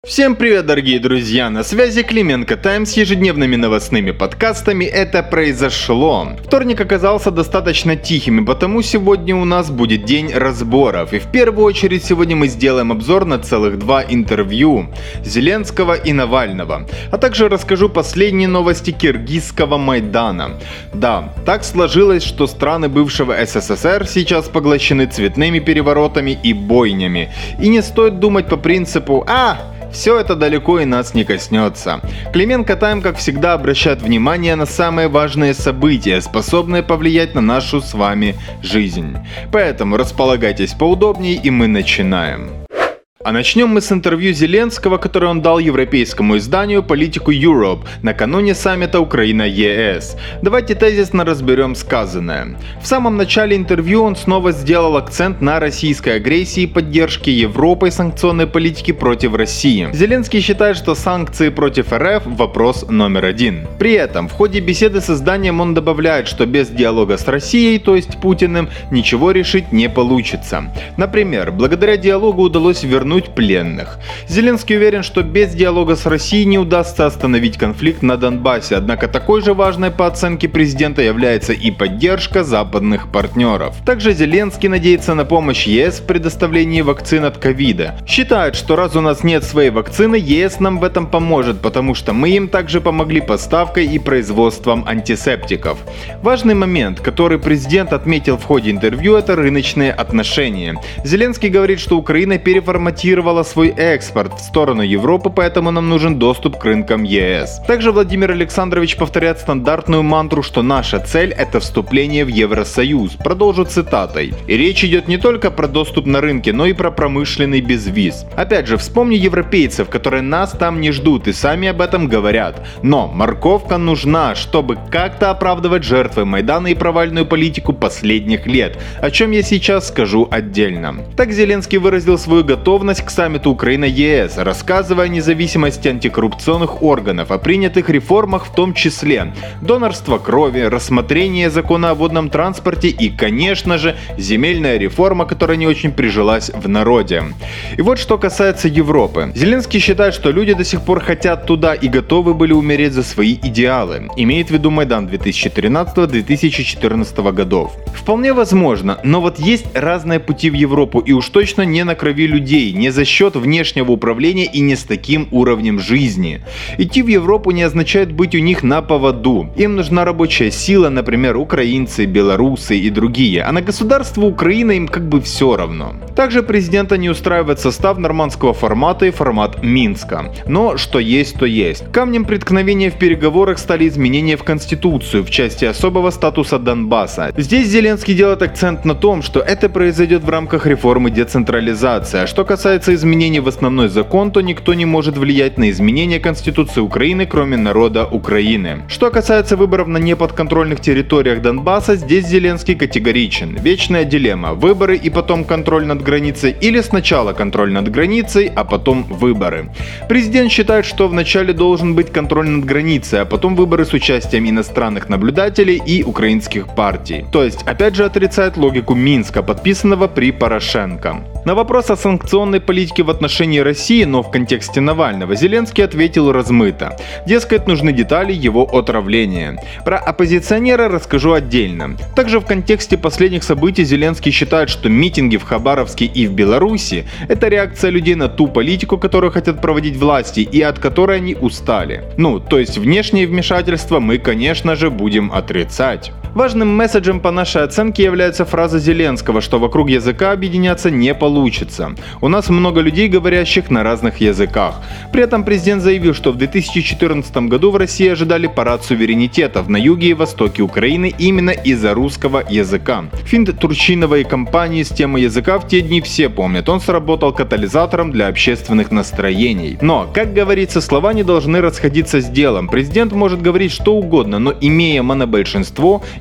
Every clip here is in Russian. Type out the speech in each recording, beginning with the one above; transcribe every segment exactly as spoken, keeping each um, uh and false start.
Всем привет, дорогие друзья, на связи Клименко Тайм с ежедневными новостными подкастами «Это произошло». Вторник оказался достаточно тихим, и потому сегодня у нас будет день разборов. И в первую очередь сегодня мы сделаем обзор на целых два интервью Зеленского и Навального. А также расскажу последние новости киргизского Майдана. Да, так сложилось, что страны бывшего СССР сейчас поглощены цветными переворотами и бойнями. И не стоит думать по принципу «А, все это далеко и нас не коснется». Клименко Тайм, как всегда, обращает внимание на самые важные события, способные повлиять на нашу с вами жизнь. Поэтому располагайтесь поудобнее, и мы начинаем. А начнем мы с интервью Зеленского, которое он дал европейскому изданию Politico Europe накануне саммита Украина-ЕС. Давайте тезисно разберем сказанное. В самом начале интервью он снова сделал акцент на российской агрессии и поддержке Европой санкционной политики против России. Зеленский считает, что санкции против РФ – вопрос номер один. При этом в ходе беседы с изданием он добавляет, что без диалога с Россией, то есть Путиным, ничего решить не получится. Например, благодаря диалогу удалось вернуть пленных. Зеленский уверен, что без диалога с Россией не удастся остановить конфликт на Донбассе, однако такой же важной по оценке президента является и поддержка западных партнеров. Также Зеленский надеется на помощь ЕС в предоставлении вакцин от ковида. Считает, что раз у нас нет своей вакцины, ЕС нам в этом поможет, потому что мы им также помогли поставкой и производством антисептиков. Важный момент, который президент отметил в ходе интервью, это рыночные отношения. Зеленский говорит, что Украина переформатировала свой экспорт в сторону Европы, поэтому нам нужен доступ к рынкам ЕС. Также Владимир Александрович повторяет стандартную мантру, что наша цель – это вступление в Евросоюз. Продолжу цитатой. И речь идет не только про доступ на рынке, но и про промышленный безвиз. Опять же, вспомни европейцев, которые нас там не ждут и сами об этом говорят. Но морковка нужна, чтобы как-то оправдывать жертвы Майдана и провальную политику последних лет, о чем я сейчас скажу отдельно. Так Зеленский выразил свою готовность к саммиту Украина-ЕС, рассказывая о независимости антикоррупционных органов, о принятых реформах, в том числе донорство крови, рассмотрение закона о водном транспорте и, конечно же, земельная реформа, которая не очень прижилась в народе. И вот что касается Европы. Зеленский считает, что люди до сих пор хотят туда и готовы были умереть за свои идеалы. Имеет в виду Майдан две тысячи тринадцатого - две тысячи четырнадцатого годов. Вполне возможно, но вот есть разные пути в Европу, и уж точно не на крови людей, не за счет внешнего управления и не с таким уровнем жизни. Идти в Европу не означает быть у них на поводу. Им нужна рабочая сила, например, украинцы, белорусы и другие, а на государство Украины им как бы все равно. Также президента не устраивает состав нормандского формата и формат Минска. Но что есть, то есть. Камнем преткновения в переговорах стали изменения в Конституцию в части особого статуса Донбасса. Здесь Зеленский делает акцент на том, что это произойдет в рамках реформы децентрализации. А что касается изменений в основной закон, то никто не может влиять на изменения Конституции Украины, кроме народа Украины. Что касается выборов на неподконтрольных территориях Донбасса, здесь Зеленский категоричен. Вечная дилемма: выборы и потом контроль над границей, или сначала контроль над границей, а потом выборы. Президент считает, что вначале должен быть контроль над границей, а потом выборы с участием иностранных наблюдателей и украинских партий. То есть, опять же, отрицает логику Минска, подписанного при Порошенко. На вопрос о санкционной политике в отношении России, но в контексте Навального, Зеленский ответил размыто. Дескать, нужны детали его отравления. Про оппозиционера расскажу отдельно. Также в контексте последних событий Зеленский считает, что митинги в Хабаровске и в Беларуси – это реакция людей на ту политику, которую хотят проводить власти и от которой они устали. Ну, то есть внешнее вмешательство мы, конечно же, будем отрицать. Важным месседжем по нашей оценке является фраза Зеленского, что вокруг языка объединяться не получится. У нас много людей, говорящих на разных языках. При этом президент заявил, что в две тысячи четырнадцатом году в России ожидали парад суверенитетов на юге и востоке Украины именно из-за русского языка. Финт Турчиновой компании с темой языка в те дни все помнят. Он сработал катализатором для общественных настроений. Но, как говорится, слова не должны расходиться с делом. Президент может говорить что угодно, но имея монобольшинство,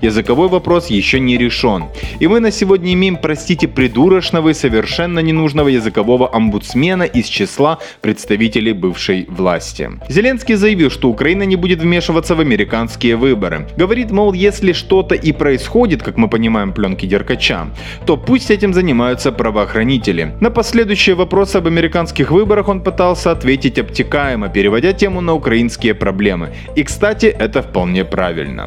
языковой вопрос еще не решен. И мы на сегодня имеем, простите, придурочного и совершенно ненужного языкового омбудсмена из числа представителей бывшей власти. Зеленский заявил, что Украина не будет вмешиваться в американские выборы. Говорит, мол, если что-то и происходит, как мы понимаем пленки Деркача, то пусть этим занимаются правоохранители. На последующие вопросы об американских выборах он пытался ответить обтекаемо, переводя тему на украинские проблемы. И, кстати, это вполне правильно.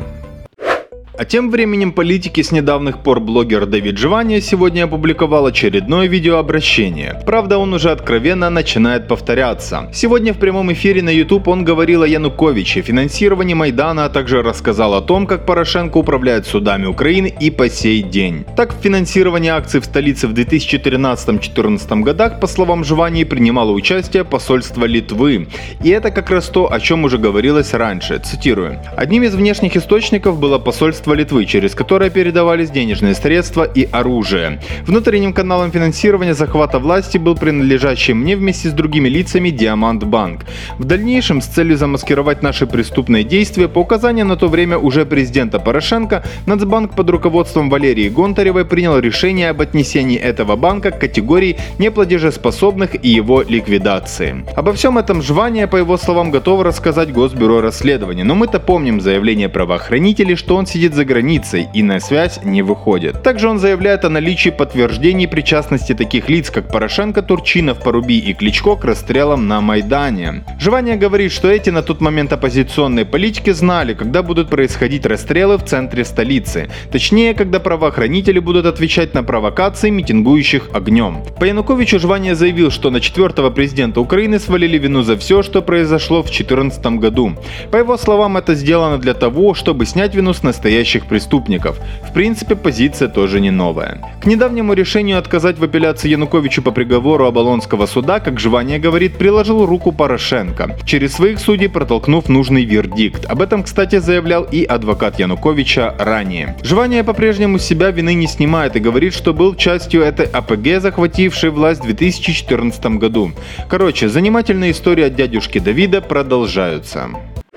А тем временем политики с недавних пор блогер Давид Жвания сегодня опубликовал очередное видеообращение. Правда, он уже откровенно начинает повторяться. Сегодня в прямом эфире на YouTube он говорил о Януковиче, финансировании Майдана, а также рассказал о том, как Порошенко управляет судами Украины и по сей день. Так, в финансировании акций в столице в две тысячи тринадцатом — две тысячи четырнадцатом годах, по словам Жвании, принимало участие посольство Литвы. И это как раз то, о чем уже говорилось раньше. Цитирую. «Одним из внешних источников было посольство Литвы, через которое передавались денежные средства и оружие. Внутренним каналом финансирования захвата власти был принадлежащий мне вместе с другими лицами Диамант-банк. В дальнейшем, с целью замаскировать наши преступные действия, по указанию на то время уже президента Порошенко, Нацбанк под руководством Валерии Гонтаревой принял решение об отнесении этого банка к категории неплатежеспособных и его ликвидации». Обо всем этом Жвания, по его словам, готово рассказать Госбюро расследований, но мы-то помним заявление правоохранителей, что он сидит за границей и на связь не выходит. Также он заявляет о наличии подтверждений причастности таких лиц, как Порошенко, Турчинов, Парубий и Кличко к расстрелам на Майдане. Жвания говорит, что эти на тот момент оппозиционные политики знали, когда будут происходить расстрелы в центре столицы. Точнее, когда правоохранители будут отвечать на провокации митингующих огнем. По Януковичу Жвания заявил, что на четвертого президента Украины свалили вину за все, что произошло в две тысячи четырнадцатом году. По его словам, это сделано для того, чтобы снять вину с настоящих преступников. В принципе, позиция тоже не новая. К недавнему решению отказать в апелляции Януковичу по приговору Оболонского суда, как Жвания говорит, приложил руку Порошенко, через своих судей протолкнув нужный вердикт. Об этом, кстати, заявлял и адвокат Януковича ранее. Жвания по-прежнему с себя вины не снимает и говорит, что был частью этой АПГ, захватившей власть в две тысячи четырнадцатом году. Короче, занимательные истории от дядюшки Давида продолжаются.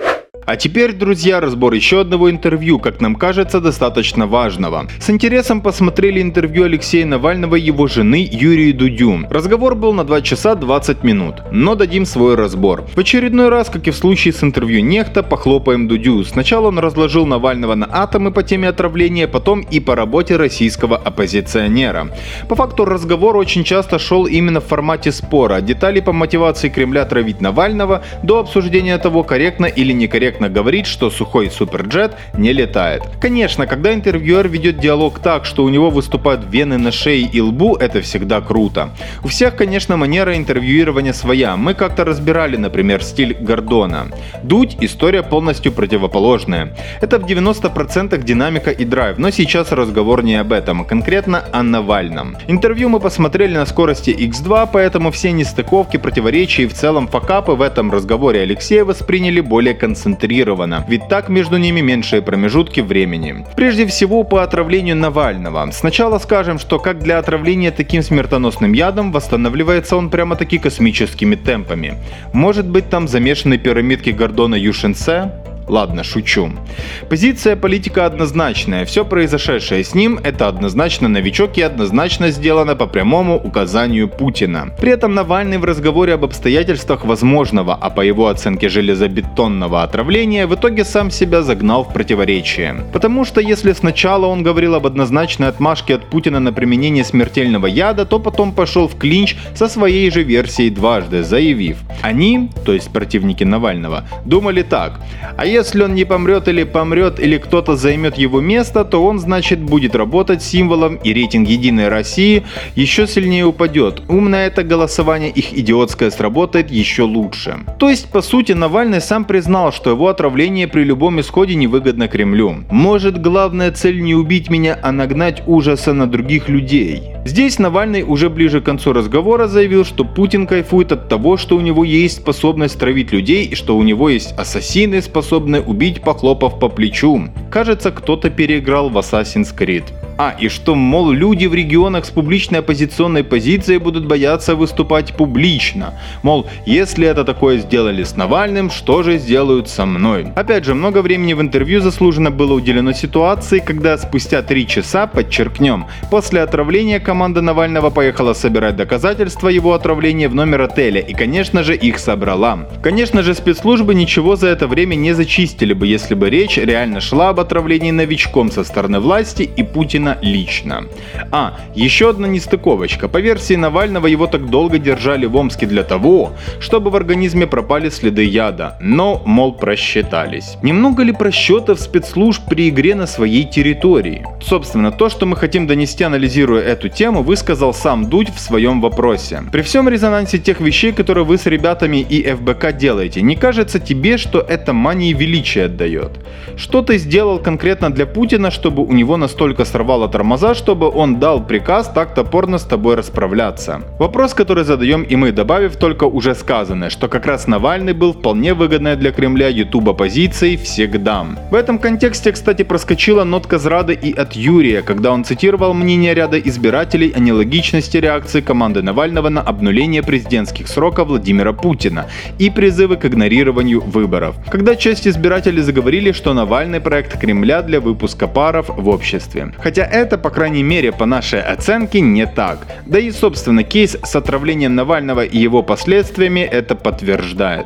А теперь, друзья, разбор еще одного интервью, как нам кажется, достаточно важного. С интересом посмотрели интервью Алексея Навального и его жены Юрию Дудю. Разговор был на два часа двадцать минут, но дадим свой разбор. В очередной раз, как и в случае с интервью Нехта, похлопаем Дудю. Сначала он разложил Навального на атомы по теме отравления, потом и по работе российского оппозиционера. По факту разговор очень часто шел именно в формате спора, от деталей по мотивации Кремля травить Навального до обсуждения того, корректно или некорректно говорит, что сухой суперджет не летает. Конечно, когда интервьюер ведет диалог так, что у него выступают вены на шее и лбу, это всегда круто. У всех, конечно, манера интервьюирования своя. Мы как-то разбирали, например, стиль Гордона. Дудь — история полностью противоположная. Это в девяноста процентах динамика и драйв, но сейчас разговор не об этом, а конкретно о Навальном. Интервью мы посмотрели на скорости икс два, поэтому все нестыковки, противоречия и в целом факапы в этом разговоре Алексея восприняли более концентрированно. Ведь так между ними меньшие промежутки времени. Прежде всего по отравлению Навального. Сначала скажем, что как для отравления таким смертоносным ядом, восстанавливается он прямо-таки космическими темпами. Может быть, там замешаны пирамидки Гордона Юшенце? Ладно, шучу. Позиция политика однозначная. Все произошедшее с ним — это однозначно новичок и однозначно сделано по прямому указанию Путина. При этом Навальный в разговоре об обстоятельствах возможного, а по его оценке железобетонного отравления, в итоге сам себя загнал в противоречие. Потому что если сначала он говорил об однозначной отмашке от Путина на применение смертельного яда, то потом пошел в клинч со своей же версией дважды, заявив: они, то есть противники Навального, думали так: а если он не помрет или помрет, или кто-то займет его место, то он, значит, будет работать символом, и рейтинг Единой России еще сильнее упадет. Умное это голосование, их идиотское сработает еще лучше. То есть, по сути, Навальный сам признал, что его отравление при любом исходе невыгодно Кремлю. Может, главная цель не убить меня, а нагнать ужаса на других людей. Здесь Навальный уже ближе к концу разговора заявил, что Путин кайфует от того, что у него есть способность травить людей, и что у него есть ассасины, способные убить, похлопав по плечу. Кажется, кто-то переиграл в Assassin's Creed. А, и что, мол, люди в регионах с публичной оппозиционной позицией будут бояться выступать публично. Мол, если это такое сделали с Навальным, что же сделают со мной? Опять же, много времени в интервью заслуженно было уделено ситуации, когда спустя три часа, подчеркнем, после отравления команда Навального поехала собирать доказательства его отравления в номер отеля и, конечно же, их собрала. Конечно же, спецслужбы ничего за это время не зачистили бы, если бы речь реально шла об отравлении новичком со стороны власти и Путина лично. А, еще одна нестыковочка. По версии Навального, его так долго держали в Омске для того, чтобы в организме пропали следы яда. Но, мол, просчитались. Немного ли просчетов спецслужб при игре на своей территории? Собственно, то, что мы хотим донести, анализируя эту тему, высказал сам Дудь в своем вопросе. При всем резонансе тех вещей, которые вы с ребятами и эф бэ ка делаете, не кажется тебе, что это мании величия отдает? Что ты сделал конкретно для Путина, чтобы у него настолько сорвало тормоза, чтобы он дал приказ так топорно с тобой расправляться? Вопрос, который задаем и мы, добавив только уже сказанное, что как раз Навальный был вполне выгодной для Кремля ютуб-оппозицией всегда. В этом контексте, кстати, проскочила нотка зрады и от Юрия, когда он цитировал мнение ряда избирателей о нелогичности реакции команды Навального на обнуление президентских сроков Владимира Путина и призывы к игнорированию выборов. Когда часть избирателей заговорили, что Навальный проект Кремля для выпуска паров в обществе. Хотя это, по крайней мере, по нашей оценке, не так. Да и, собственно, кейс с отравлением Навального и его последствиями это подтверждает.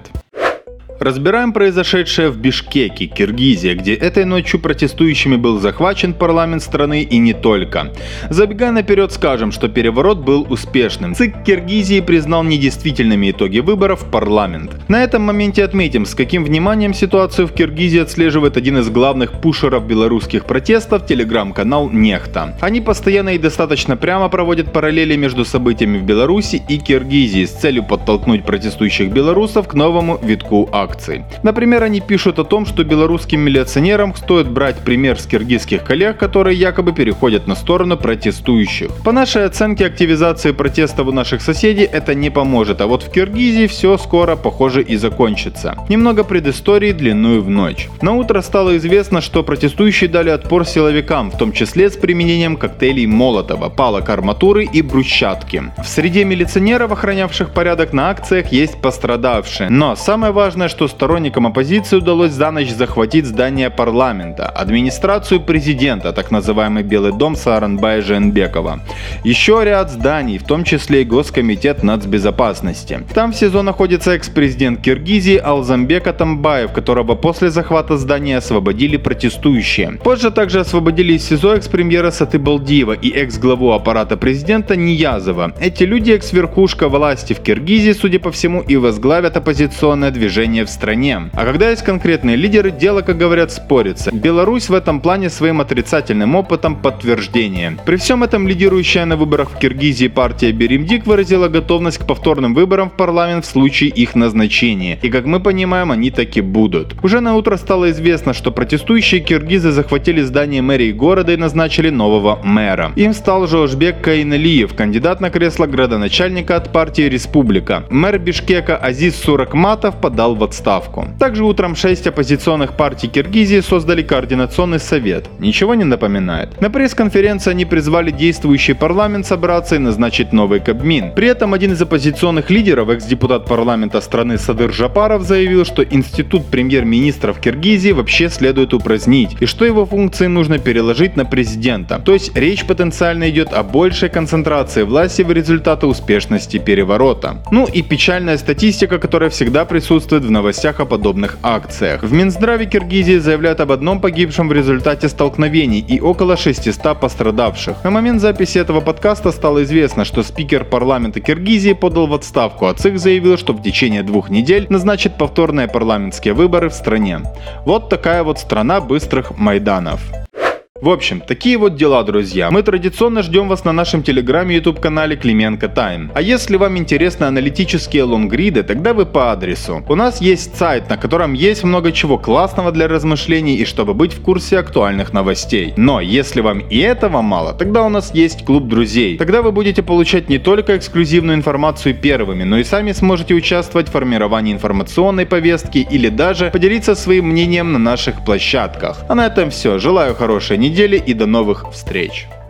Разбираем произошедшее в Бишкеке, Киргизия, где этой ночью протестующими был захвачен парламент страны и не только. Забегая наперед, скажем, что переворот был успешным. ЦИК Киргизии признал недействительными итоги выборов в парламент. На этом моменте отметим, с каким вниманием ситуацию в Киргизии отслеживает один из главных пушеров белорусских протестов, телеграм-канал Нехта. Они постоянно и достаточно прямо проводят параллели между событиями в Беларуси и Киргизии с целью подтолкнуть протестующих белорусов к новому витку акций. Например, они пишут о том, что белорусским милиционерам стоит брать пример с киргизских коллег, которые якобы переходят на сторону протестующих. По нашей оценке, активизации протестов у наших соседей это не поможет, а вот в Киргизии все скоро, похоже, и закончится. Немного предыстории длиною в ночь. На утро стало известно, что протестующие дали отпор силовикам, в том числе с применением коктейлей Молотова, палок арматуры и брусчатки. В среде милиционеров, охранявших порядок на акциях, есть пострадавшие. Но самое важное, что сторонникам оппозиции удалось за ночь захватить здание парламента, администрацию президента, так называемый Белый дом Сооронбая Жээнбекова. Еще ряд зданий, в том числе и Госкомитет нацбезопасности. Там в СИЗО находится экс-президент Киргизии Алзамбек Атамбаев, которого после захвата здания освободили протестующие. Позже также освободили из СИЗО экс-премьера Сатыбалдиева и экс-главу аппарата президента Ниязова. Эти люди экс-верхушка власти в Киргизии, судя по всему, и возглавят оппозиционное движение в стране. А когда есть конкретные лидеры, дело, как говорят, спорится. Беларусь в этом плане своим отрицательным опытом подтверждение. При всем этом лидирующая на выборах в Киргизии партия Беримдик выразила готовность к повторным выборам в парламент в случае их назначения. И как мы понимаем, они таки будут. Уже на утро стало известно, что протестующие киргизы захватили здание мэрии города и назначили нового мэра. Им стал Жоошбек Кайналиев, кандидат на кресло градоначальника от партии Республика. Мэр Бишкека Азиз Суракматов подал в отставку. Также утром шесть оппозиционных партий Киргизии создали координационный совет. Ничего не напоминает? На пресс-конференции они призвали действующий парламент собраться и назначить новый Кабмин. При этом один из оппозиционных лидеров, экс-депутат парламента страны Садыр Жапаров, заявил, что институт премьер-министров Киргизии вообще следует упразднить и что его функции нужно переложить на президента. То есть речь потенциально идет о большей концентрации власти в результате успешности переворота. Ну и печальная статистика, которая всегда присутствует в новостях о подобных акциях. В Минздраве Киргизии заявляют об одном погибшем в результате столкновений и около шестисот пострадавших. На момент записи этого подкаста стало известно, что спикер парламента Киргизии подал в отставку, а ЦИК заявил, что в течение двух недель назначит повторные парламентские выборы в стране. Вот такая вот страна быстрых майданов. В общем, такие вот дела, друзья. Мы традиционно ждем вас на нашем телеграме и ютуб-канале Клименко Тайм. А если вам интересны аналитические лонгриды, тогда вы по адресу. У нас есть сайт, на котором есть много чего классного для размышлений и чтобы быть в курсе актуальных новостей. Но если вам и этого мало, тогда у нас есть клуб друзей. Тогда вы будете получать не только эксклюзивную информацию первыми, но и сами сможете участвовать в формировании информационной повестки или даже поделиться своим мнением на наших площадках. А на этом все. Желаю хорошей недели. И до новых встреч!